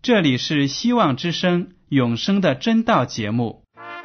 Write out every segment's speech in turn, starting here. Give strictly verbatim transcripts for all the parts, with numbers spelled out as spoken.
这里是希望之声永生的真道节目。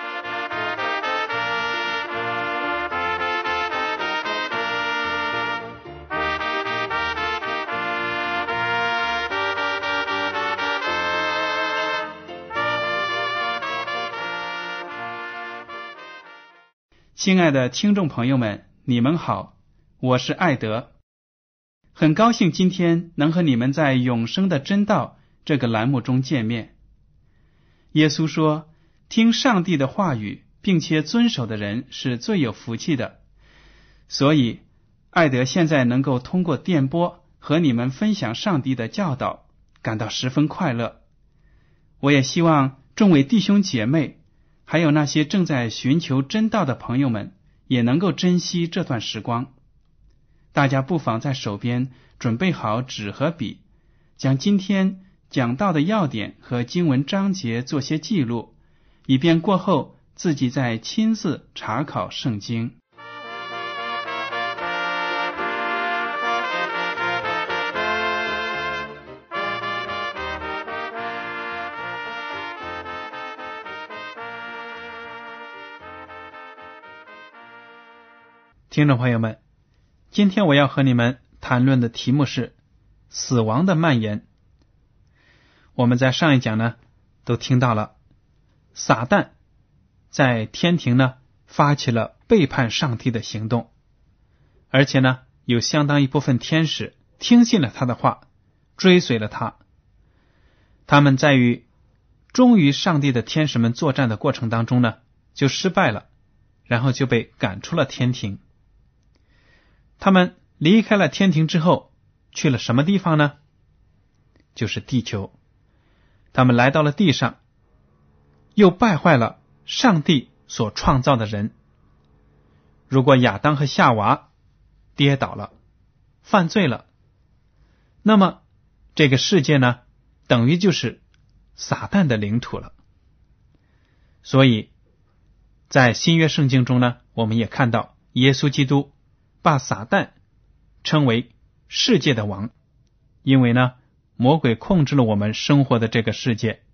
亲爱的听众朋友们，你们好，我是艾德，很高兴今天能和你们在永生的真道这个栏目中见面。耶稣说，听上帝的话语并且遵守的人是最有福气的，所以艾德现在能够通过电波和你们分享上帝的教导，感到十分快乐。我也希望众位弟兄姐妹还有那些正在寻求真道的朋友们也能够珍惜这段时光。大家不妨在手边准备好纸和笔，将今天讲到的要点和经文章节做些记录，以便过后自己再亲自查考圣经。听众朋友们，今天我要和你们谈论的题目是死亡的蔓延。我们在上一讲呢都听到了，撒旦在天庭呢发起了背叛上帝的行动，而且呢有相当一部分天使听信了他的话，追随了他。他们在与忠于上帝的天使们作战的过程当中呢就失败了，然后就被赶出了天庭。他们离开了天庭之后去了什么地方呢？就是地球。他们来到了地上，又败坏了上帝所创造的人。如果亚当和夏娃跌倒了，犯罪了，那么这个世界呢等于就是撒旦的领土了。所以在新约圣经中呢，我们也看到耶稣基督把撒旦称为世界的王，因为呢魔鬼控制了我们生活的这个世界。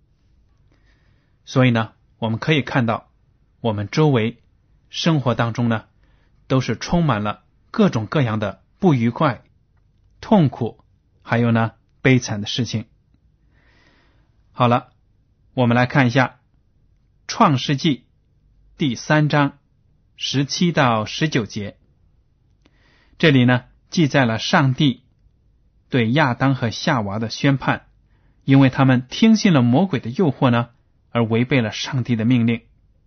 所以呢我们可以看到我们周围生活当中呢都是充满了各种各样的不愉快、痛苦，还有呢悲惨的事情。好了，我们来看一下创世纪第三章十七到十九节。这里呢记载了上帝对亚当和夏娃的宣判，因为他们听信了魔鬼的诱惑呢，而违背了上帝的命令。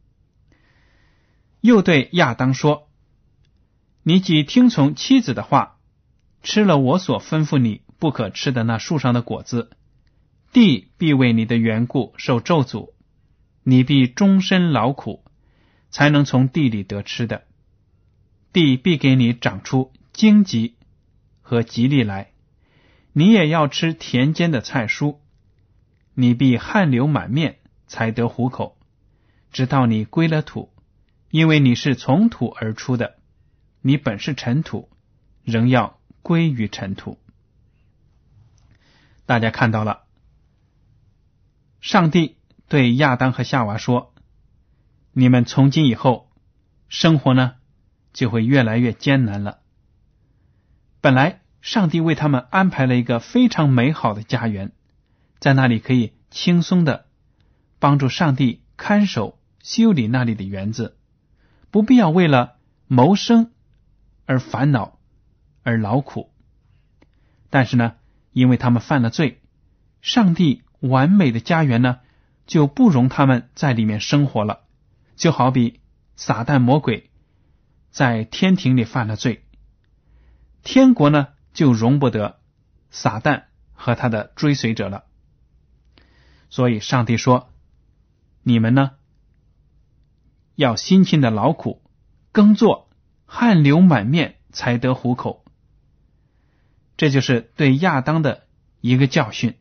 又对亚当说，你既听从妻子的话，吃了我所吩咐你不可吃的那树上的果子，地必为你的缘故受咒诅，你必终身劳苦，才能从地里得吃的。地必给你长出荆棘和吉利来，你也要吃田间的菜蔬，你必汗流满面才得糊口，直到你归了土，因为你是从土而出的，你本是尘土，仍要归于尘土。大家看到了，上帝对亚当和夏娃说，你们从今以后生活呢就会越来越艰难了。本来上帝为他们安排了一个非常美好的家园，在那里可以轻松的帮助上帝看守修理那里的园子，不必要为了谋生而烦恼而劳苦。但是呢因为他们犯了罪，上帝完美的家园呢就不容他们在里面生活了，就好比撒旦魔鬼在天庭里犯了罪，天国呢就容不得撒旦和他的追随者了。所以上帝说，你们呢要辛勤的劳苦耕作，汗流满面才得糊口。这就是对亚当的一个教训。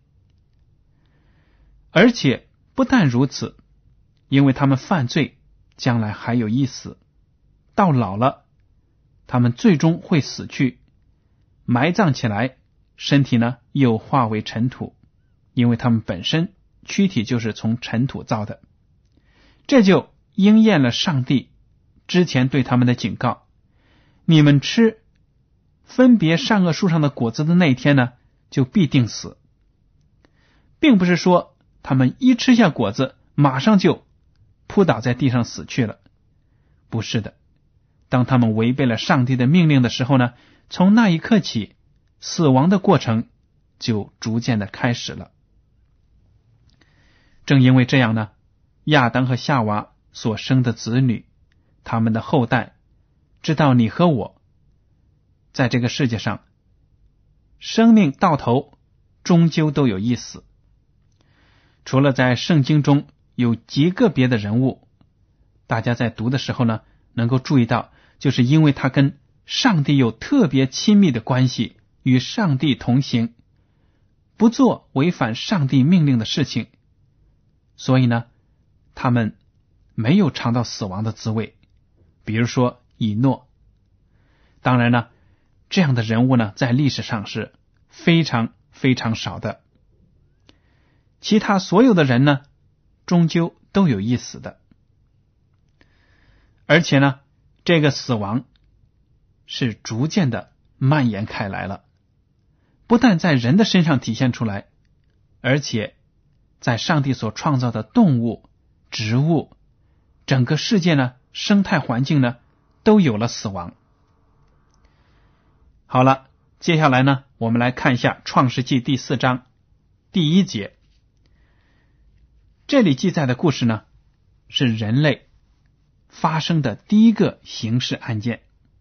而且不但如此，因为他们犯罪，将来还有一死，到老了他们最终会死去，埋葬起来，身体呢又化为尘土。 因为他们本身躯体就是从尘土造的。这就应验了上帝之前对他们的警告，你们吃分别善恶树上的果子的那一天呢，就必定死。并不是说他们一吃下果子马上就扑倒在地上死去了，不是的，当他们违背了上帝的命令的时候呢，从那一刻起，死亡的过程就逐渐的开始了。正因为这样呢，亚当和夏娃所生的子女，他们的后代，知道你和我在这个世界上生命到头终究都有一死。除了在圣经中有极个别的人物，大家在读的时候呢，能够注意到，就是因为他跟上帝有特别亲密的关系，与上帝同行，不做违反上帝命令的事情，所以呢，他们没有尝到死亡的滋味。比如说以诺。当然呢，这样的人物呢，在历史上是非常非常少的。其他所有的人呢，终究都有一死的。而且呢，这个死亡是逐渐的蔓延开来了，不但在人的身上体现出来，而且在上帝所创造的动物、植物，整个世界呢，生态环境呢，都有了死亡。好了，接下来呢，我们来看一下创世纪第四章第一节。这里记载的故事呢，是人类发生的第一个刑事案件。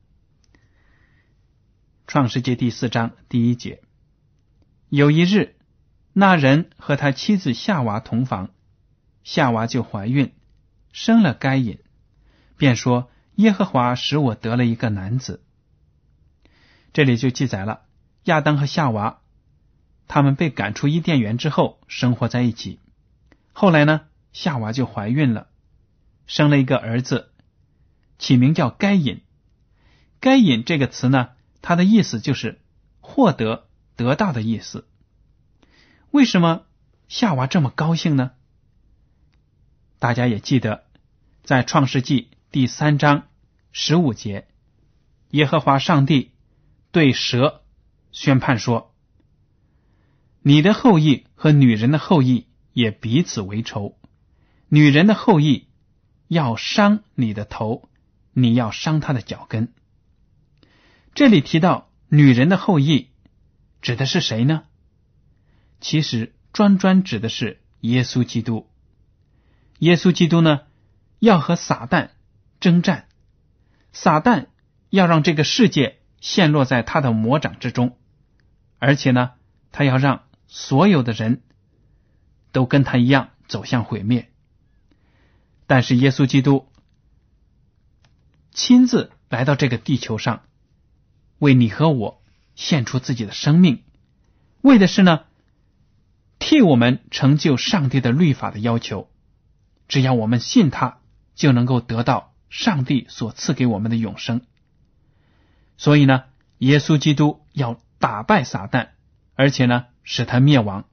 创世纪第四章第一节，有一日，那人和他妻子夏娃同房，夏娃就怀孕，生了该隐，便说耶和华使我得了一个男子。这里就记载了亚当和夏娃他们被赶出伊甸园之后生活在一起，后来呢，夏娃就怀孕了，生了一个儿子，起名叫该隐。该隐这个词呢，它的意思就是获得、得到的意思。为什么夏娃这么高兴呢？大家也记得，在创世纪第三章十五节，耶和华上帝对蛇宣判说，你的后裔和女人的后裔也彼此为仇，女人的后裔要伤你的头，你要伤她的脚跟。这里提到女人的后裔指的是谁呢？其实专专指的是耶稣基督。耶稣基督呢，要和撒旦征战，撒旦要让这个世界陷落在他的魔掌之中，而且呢，他要让所有的人都跟他一样走向毁灭。但是耶稣基督亲自来到这个地球上，为你和我献出自己的生命，为的是呢，替我们成就上帝的律法的要求。只要我们信他，就能够得到上帝所赐给我们的永生。所以呢，耶稣基督要打败撒旦，而且呢，使他灭亡。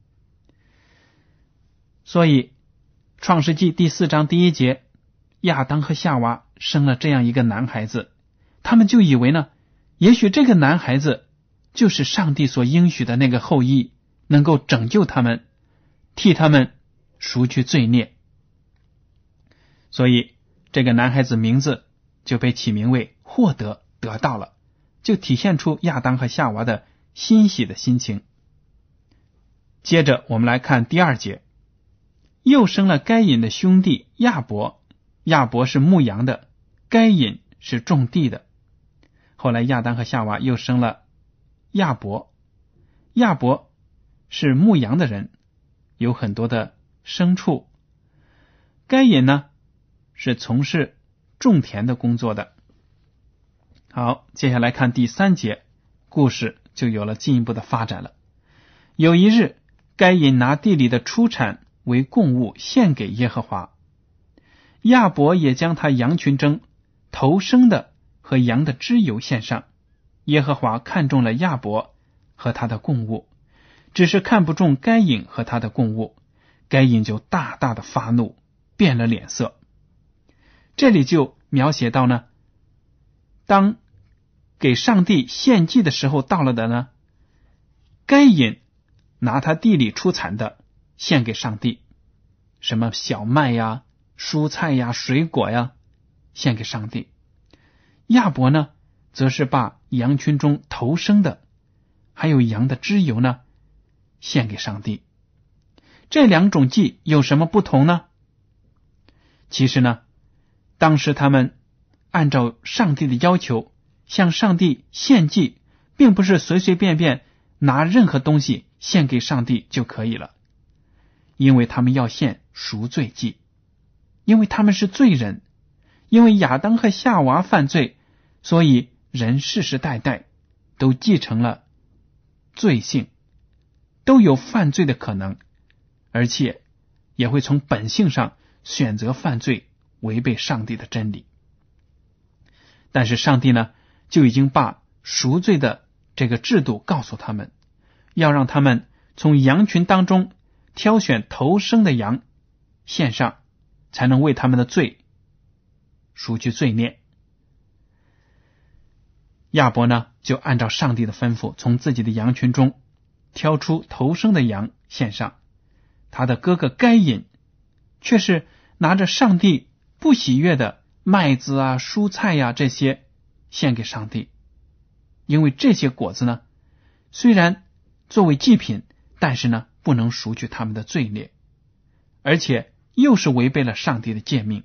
所以创世纪第四章第一节，亚当和夏娃生了这样一个男孩子，他们就以为呢，也许这个男孩子就是上帝所应许的那个后裔，能够拯救他们，替他们赎去罪孽。所以这个男孩子名字就被起名为获得，得到了，就体现出亚当和夏娃的欣喜的心情。接着我们来看第二节，又生了该隐的兄弟亚伯，亚伯是牧羊的，该隐是种地的。后来亚当和夏娃又生了亚伯，亚伯是牧羊的人，有很多的牲畜。该隐呢，是从事种田的工作的。好，接下来看第三节，故事就有了进一步的发展了。有一日，该隐拿地里的出产为供物献给耶和华，亚伯也将他羊群中头生的和羊的脂油献上。耶和华看中了亚伯和他的供物， 只是看不中该隐和他的供物，该隐就大大的发怒，变了脸色。这里就描写到呢，当给上帝献祭的时候到了的呢，该隐拿他地里出产的献给上帝，什么小麦呀、蔬菜呀、水果呀，献给上帝。亚伯呢，则是把羊群中头生的还有羊的脂油呢献给上帝。这两种祭有什么不同呢？其实呢，当时他们按照上帝的要求向上帝献祭，并不是随随便便拿任何东西献给上帝就可以了，因为他们要献赎罪祭，因为他们是罪人，因为亚当和夏娃犯罪，所以人世世代代都继承了罪性，都有犯罪的可能，而且也会从本性上选择犯罪，违背上帝的真理。但是上帝呢，就已经把赎罪的这个制度告诉他们，要让他们从羊群当中挑选头生的羊献上，才能为他们的罪赎去罪孽。亚伯呢，就按照上帝的吩咐，从自己的羊群中挑出头生的羊献上。他的哥哥该隐却是拿着上帝不喜悦的麦子啊、蔬菜呀、啊、这些献给上帝，因为这些果子呢，虽然作为祭品，但是呢，不能赎去他们的罪孽，而且又是违背了上帝的诫命。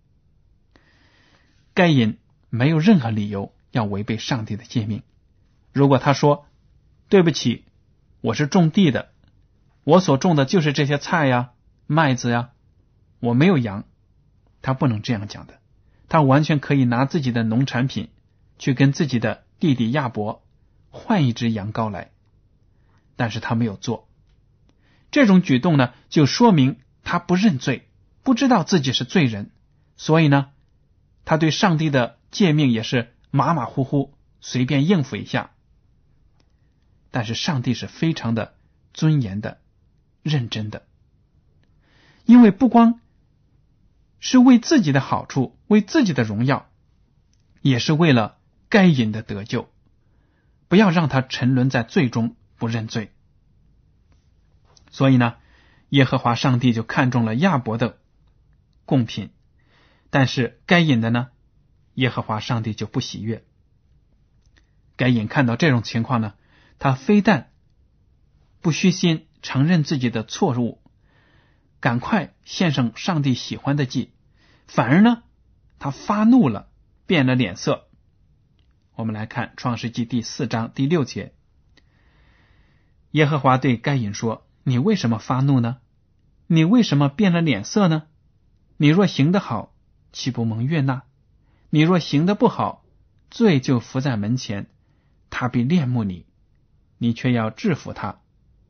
该隐没有任何理由要违背上帝的诫命。如果他说对不起，我是种地的，我所种的就是这些菜呀、麦子呀，我没有羊，他不能这样讲的。他完全可以拿自己的农产品去跟自己的弟弟亚伯换一只羊羔来，但是他没有做。这种举动呢，就说明他不认罪，不知道自己是罪人，所以呢，他对上帝的诫命也是马马虎虎，随便应付一下。但是上帝是非常的尊严的、认真的，因为不光是为自己的好处，为自己的荣耀，也是为了该隐的得救，不要让他沉沦在罪中不认罪。所以呢，耶和华上帝就看中了亚伯的贡品，但是该隐的呢，耶和华上帝就不喜悦。该隐看到这种情况呢，他非但不虚心承认自己的错误，赶快献上上帝喜欢的祭，反而呢，他发怒了，变了脸色。我们来看创世纪第四章第六节，耶和华对该隐说，你为什么发怒呢？你为什么变了脸色呢？你若行得好，岂不蒙悦纳？你若行得不好，罪就伏在门前，他必恋慕你，你却要制服他。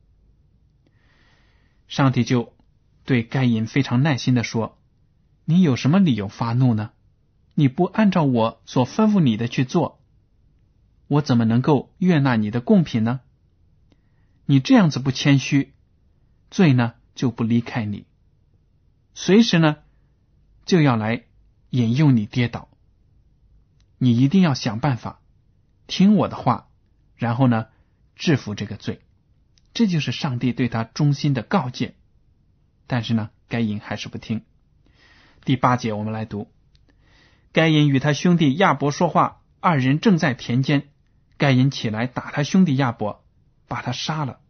上帝就对该隐非常耐心地说，你有什么理由发怒呢？你不按照我所吩咐你的去做，我怎么能够悦纳你的贡品呢？你这样子不谦虚，罪呢就不离开你，随时呢就要来引诱你跌倒。你一定要想办法听我的话，然后呢制服这个罪。这就是上帝对他忠心的告诫。但是呢，该隐还是不听。第八节我们来读，该隐与他兄弟亚伯说话，二人正在田间，该隐起来打他兄弟亚伯，把他杀了。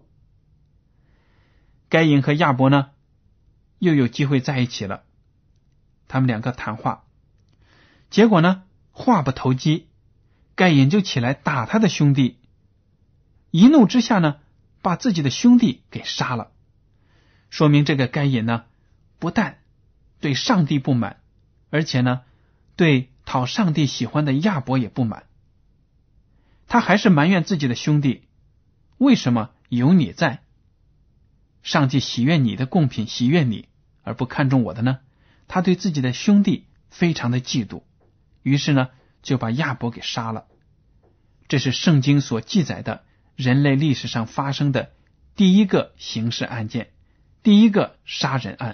该隐和亚伯呢又有机会在一起了，他们两个谈话，结果呢话不投机，该隐就起来打他的兄弟，一怒之下呢把自己的兄弟给杀了。说明这个该隐呢不但对上帝不满，而且呢对讨上帝喜欢的亚伯也不满。他还是埋怨自己的兄弟，为什么有你在，上帝喜悦你的贡品，喜悦你而不看重我的呢？他对自己的兄弟非常的嫉妒，于是呢就把亚伯给杀了。这是圣经所记载的人类历史上发生的第一个刑事案件，第一个杀人案。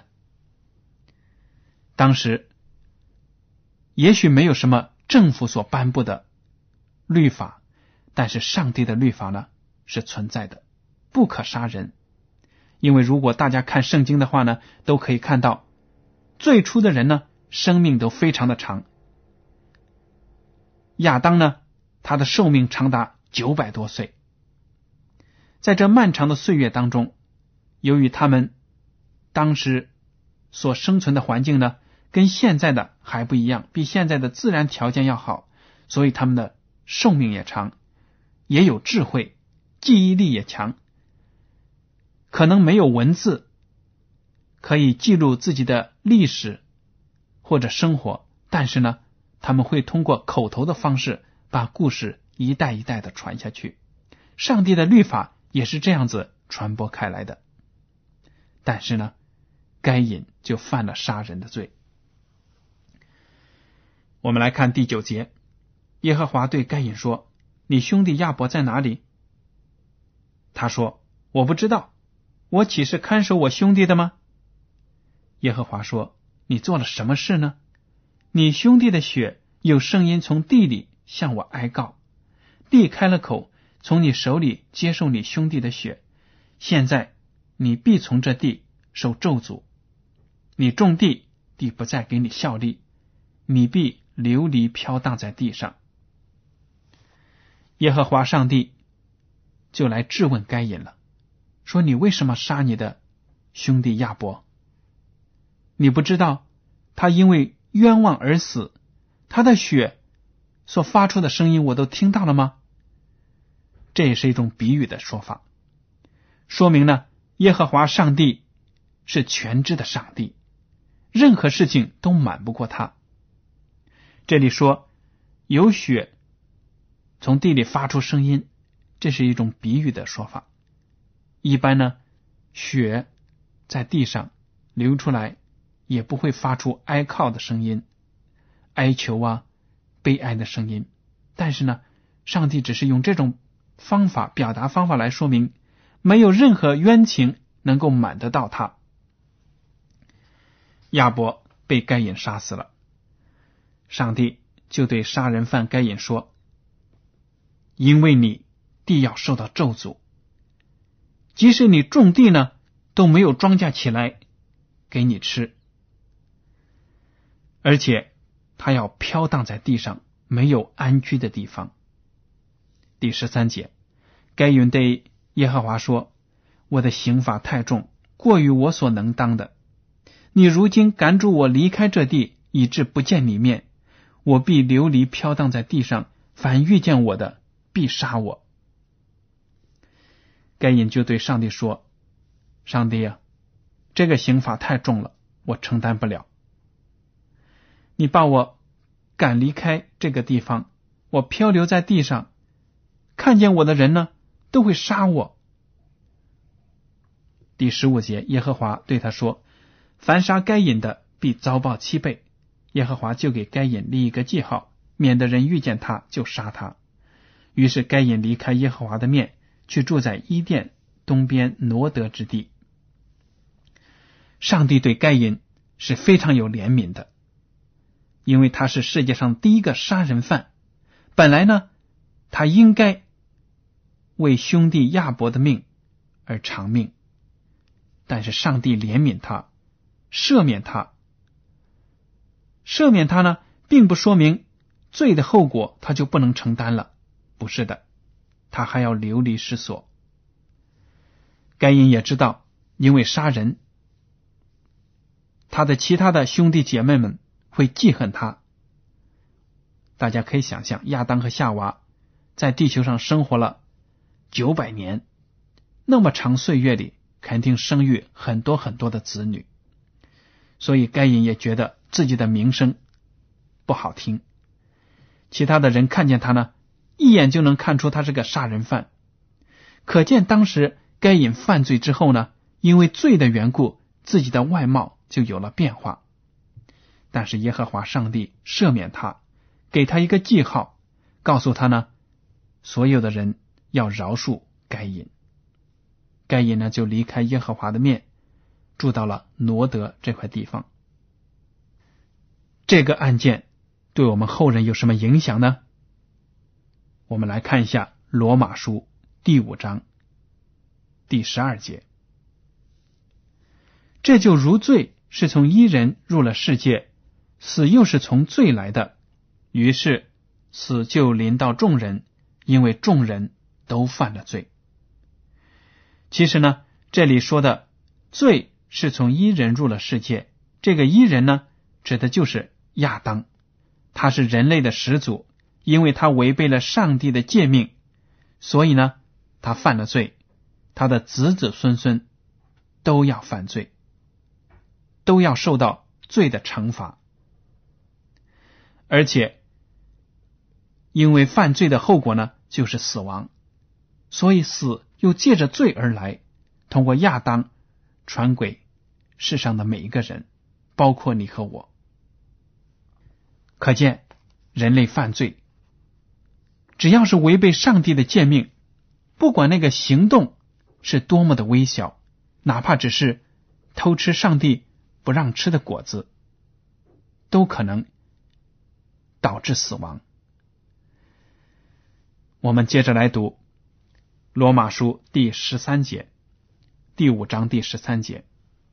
当时也许没有什么政府所颁布的律法，但是上帝的律法呢是存在的，不可杀人。因为如果大家看圣经的话呢，都可以看到最初的人呢生命都非常的长。亚当呢，他的寿命长达九百多岁。在这漫长的岁月当中，由于他们当时所生存的环境呢跟现在的还不一样，比现在的自然条件要好，所以他们的寿命也长，也有智慧，记忆力也强。可能没有文字可以记录自己的历史或者生活，但是呢他们会通过口头的方式把故事一代一代的传下去。上帝的律法也是这样子传播开来的。但是呢该隐就犯了杀人的罪。我们来看第九节，耶和华对该隐说，你兄弟亚伯在哪里？他说，我不知道，我岂是看守我兄弟的吗？耶和华说，你做了什么事呢？你兄弟的血有声音从地里向我哀告，地开了口，从你手里接受你兄弟的血，现在你必从这地受咒诅，你种地，地不再给你效力，你必流离飘荡在地上。耶和华上帝就来质问该隐了，说你为什么杀你的兄弟亚伯？你不知道他因为冤枉而死，他的血所发出的声音我都听到了吗？这也是一种比喻的说法，说明呢耶和华上帝是全知的上帝，任何事情都瞒不过他。这里说有血从地里发出声音，这是一种比喻的说法。一般呢血在地上流出来也不会发出哀靠的声音，哀求啊悲哀的声音，但是呢上帝只是用这种方法表达方法来说明没有任何冤情能够瞒得到他。亚伯被该隐杀死了，上帝就对杀人犯该隐说，因为你地要受到咒诅，即使你种地呢都没有庄稼起来给你吃，而且他要飘荡在地上，没有安居的地方。第十三节，该隐对耶和华说，我的刑罚太重，过于我所能当的，你如今赶逐我离开这地，以致不见你面，我必流离飘荡在地上，凡遇见我的必杀我。该隐就对上帝说，上帝啊，这个刑罚太重了，我承担不了，你把我赶离开这个地方，我漂流在地上，看见我的人呢都会杀我。第十五节，耶和华对他说，凡杀该隐的必遭报七倍。耶和华就给该隐立一个记号，免得人遇见他就杀他。于是该隐离开耶和华的面，去住在伊甸东边挪得之地。上帝对该隐是非常有怜悯的，因为他是世界上第一个杀人犯，本来呢他应该为兄弟亚伯的命而偿命，但是上帝怜悯他，赦免他。赦免他呢并不说明罪的后果他就不能承担了，不是的，他还要流离失所。该隐也知道，因为杀人，他的其他的兄弟姐妹们会记恨他。大家可以想象，亚当和夏娃在地球上生活了九百年，那么长岁月里肯定生育很多很多的子女，所以该隐也觉得自己的名声不好听。其他的人看见他呢，一眼就能看出他是个杀人犯。可见当时该隐犯罪之后呢，因为罪的缘故，自己的外貌就有了变化。但是耶和华上帝赦免他，给他一个记号，告诉他呢，所有的人要饶恕该隐。 该隐呢就离开耶和华的面，住到了挪得这块地方。这个案件对我们后人有什么影响呢？我们来看一下罗马书第五章第十二节。这就如罪是从一人入了世界，死又是从罪来的，于是死就临到众人，因为众人都犯了罪。其实呢，这里说的罪是从一人入了世界，这个一人呢，指的就是亚当，他是人类的始祖，因为他违背了上帝的诫命，所以呢，他犯了罪，他的子子孙孙都要犯罪，都要受到罪的惩罚。而且因为犯罪的后果呢，就是死亡，所以死又借着罪而来，通过亚当传给世上的每一个人，包括你和我。可见人类犯罪，只要是违背上帝的诫命，不管那个行动是多么的微小，哪怕只是偷吃上帝不让吃的果子，都可能导致死亡。我们接着来读罗马书第十三节，第五章第十三节。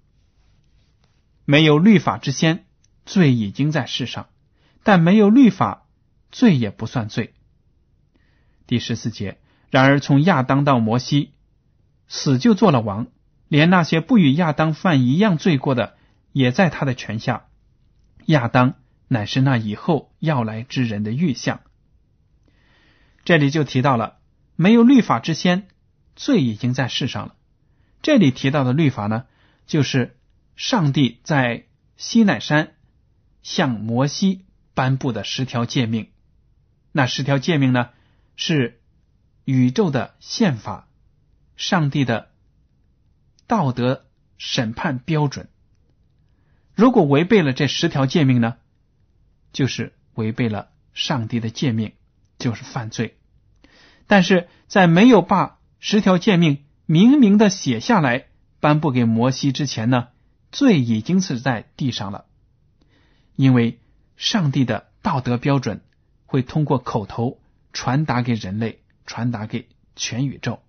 没有律法之先，罪已经在世上，但没有律法，罪也不算罪。第十四节。然而从亚当到摩西，死就做了王，连那些不与亚当犯一样罪过的，也在他的权下。亚当乃是那以后要来之人的预像。这里就提到了，没有律法之先，罪已经在世上了。这里提到的律法呢，就是上帝在西乃山向摩西颁布的十条诫命。那十条诫命呢，是宇宙的宪法，上帝的道德审判标准。如果违背了这十条诫命呢，就是违背了上帝的诫命，就是犯罪。但是在没有把十条诫命明明的写下来颁布给摩西之前呢，罪已经是在地上了。因为上帝的道德标准会通过口头传达给人类，传达给全宇宙。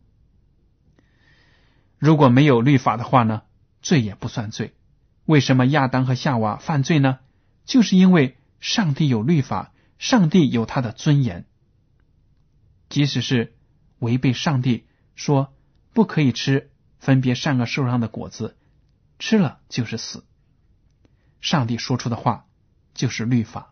如果没有律法的话呢，罪也不算罪。为什么亚当和夏娃犯罪呢？就是因为上帝有律法，上帝有他的尊严。即使是违背上帝说不可以吃分别善恶树上的果子，吃了就是死，上帝说出的话就是律法。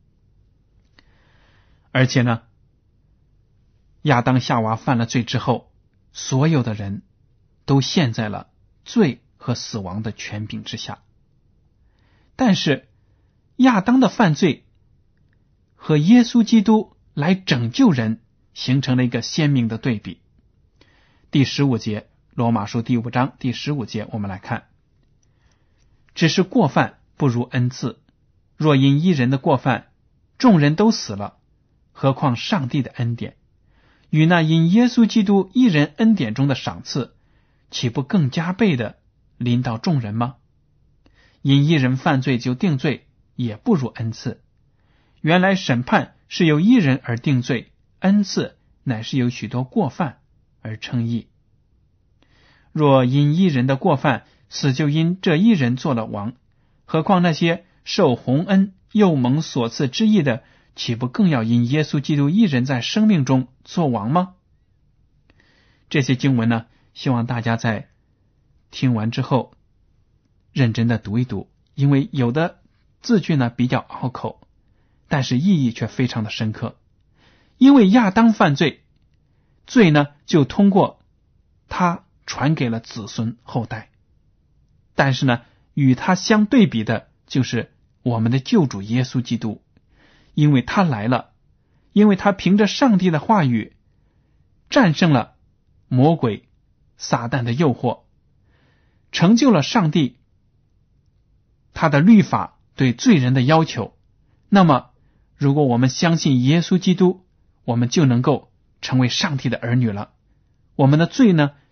而且呢，亚当夏娃犯了罪之后，所有的人都陷在了罪和死亡的权柄之下。但是亚当的犯罪和耶稣基督来拯救人形成了一个鲜明的对比。第十五节，罗马书第五章第十五节，我们来看，只是过犯不如恩赐，若因一人的过犯众人都死了，何况上帝的恩典与那因耶稣基督一人恩典中的赏赐，岂不更加倍的临到众人吗？因一人犯罪就定罪，也不如恩赐。原来审判是由一人而定罪，恩赐乃是由许多过犯而称义。若因一人的过犯，死就因这一人做了王，何况那些受洪恩又蒙所赐之义的，岂不更要因耶稣基督一人在生命中做王吗？这些经文呢，希望大家在听完之后认真的读一读，因为有的字句呢比较拗口，但是意义却非常的深刻。因为亚当犯罪，罪呢就通过他传给了子孙后代，但是呢与他相对比的就是我们的救主耶稣基督。因为他来了，因为他凭着上帝的话语战胜了魔鬼撒旦的诱惑，成就了上帝他的律法对罪人的要求。那么如果我们相信耶稣基督，我们就能够成为上帝的儿女了，我们的罪呢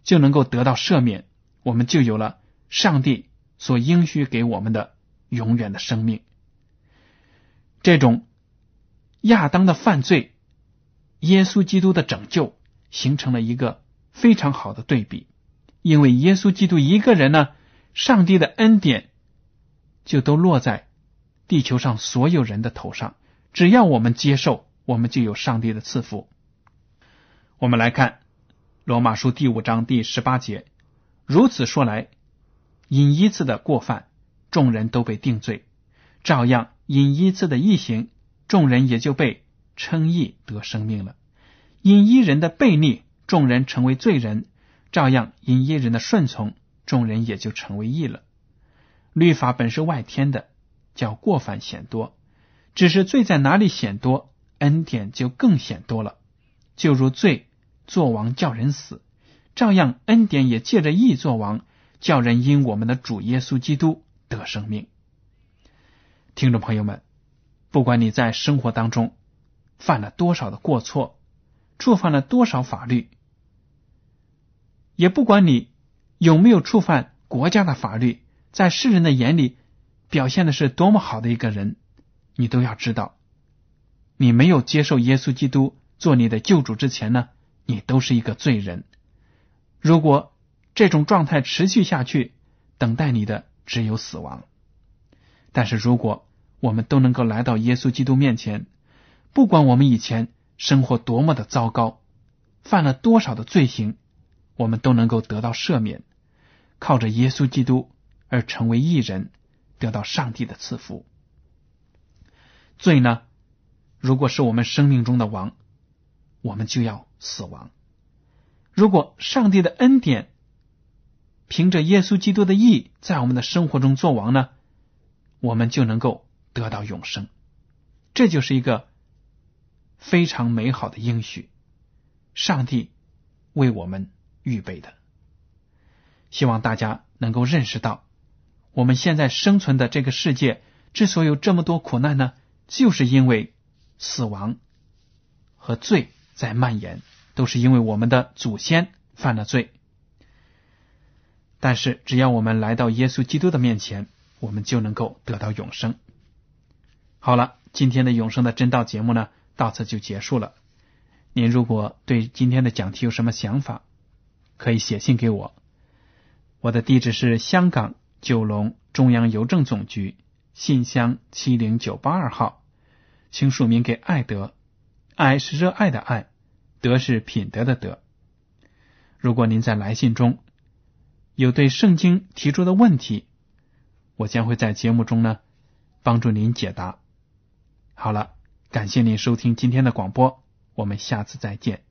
就能够得到赦免，我们就有了上帝所应许给我们的永远的生命。这种亚当的犯罪，耶稣基督的拯救，形成了一个非常好的对比。因为耶稣基督一个人呢，上帝的恩典就都落在地球上所有人的头上，只要我们接受，我们就有上帝的赐福。我们来看罗马书第五章第十八节，如此说来，因一次的过犯，众人都被定罪，照样因一次的义行，众人也就被称义得生命了。因一人的悖逆，众人成为罪人，照样因一人的顺从，众人也就成为义了。律法本是外天的，叫过犯显多，只是罪在哪里显多，恩典就更显多了。就如罪作王叫人死，照样恩典也借着义作王，叫人因我们的主耶稣基督得生命。听众朋友们，不管你在生活当中犯了多少的过错，触犯了多少法律，也不管你有没有触犯国家的法律，在世人的眼里表现的是多么好的一个人，你都要知道，你没有接受耶稣基督做你的救主之前呢，你都是一个罪人。如果这种状态持续下去，等待你的只有死亡。但是如果我们都能够来到耶稣基督面前，不管我们以前生活多么的糟糕，犯了多少的罪行，我们都能够得到赦免，靠着耶稣基督而成为义人，得到上帝的赐福。罪呢，如果是我们生命中的王，我们就要死亡。如果上帝的恩典凭着耶稣基督的义在我们的生活中做王呢，我们就能够得到永生。这就是一个非常美好的应许，上帝为我们预备的。希望大家能够认识到，我们现在生存的这个世界之所以有这么多苦难呢，就是因为死亡和罪在蔓延，都是因为我们的祖先犯了罪。但是只要我们来到耶稣基督的面前，我们就能够得到永生。好了，今天的永生的真道节目呢，到此就结束了。您如果对今天的讲题有什么想法，可以写信给我。我的地址是香港九龙中央邮政总局信箱七零九八二号，请署名给爱德，爱是热爱的爱，德是品德的德。如果您在来信中有对圣经提出的问题，我将会在节目中呢帮助您解答。好了，感谢您收听今天的广播，我们下次再见。